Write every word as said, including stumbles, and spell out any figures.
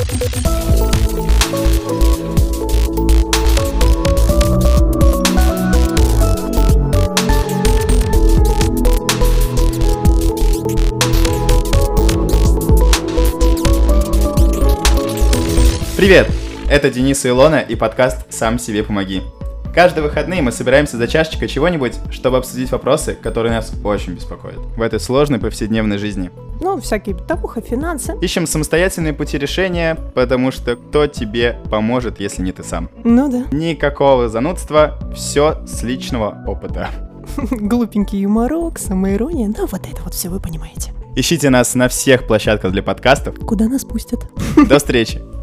Привет! Это Денис и Илона и подкаст «Сам себе помоги». Каждые выходные мы собираемся за чашечкой чего-нибудь, чтобы обсудить вопросы, которые нас очень беспокоят в этой сложной повседневной жизни. Ну, всякие бытовуха, финансы. Ищем самостоятельные пути решения, потому что кто тебе поможет, если не ты сам? Ну да. Никакого занудства, все с личного опыта. Глупенький юморок, самоирония, ну вот это вот все вы понимаете. Ищите нас на всех площадках для подкастов. Куда нас пустят? До встречи!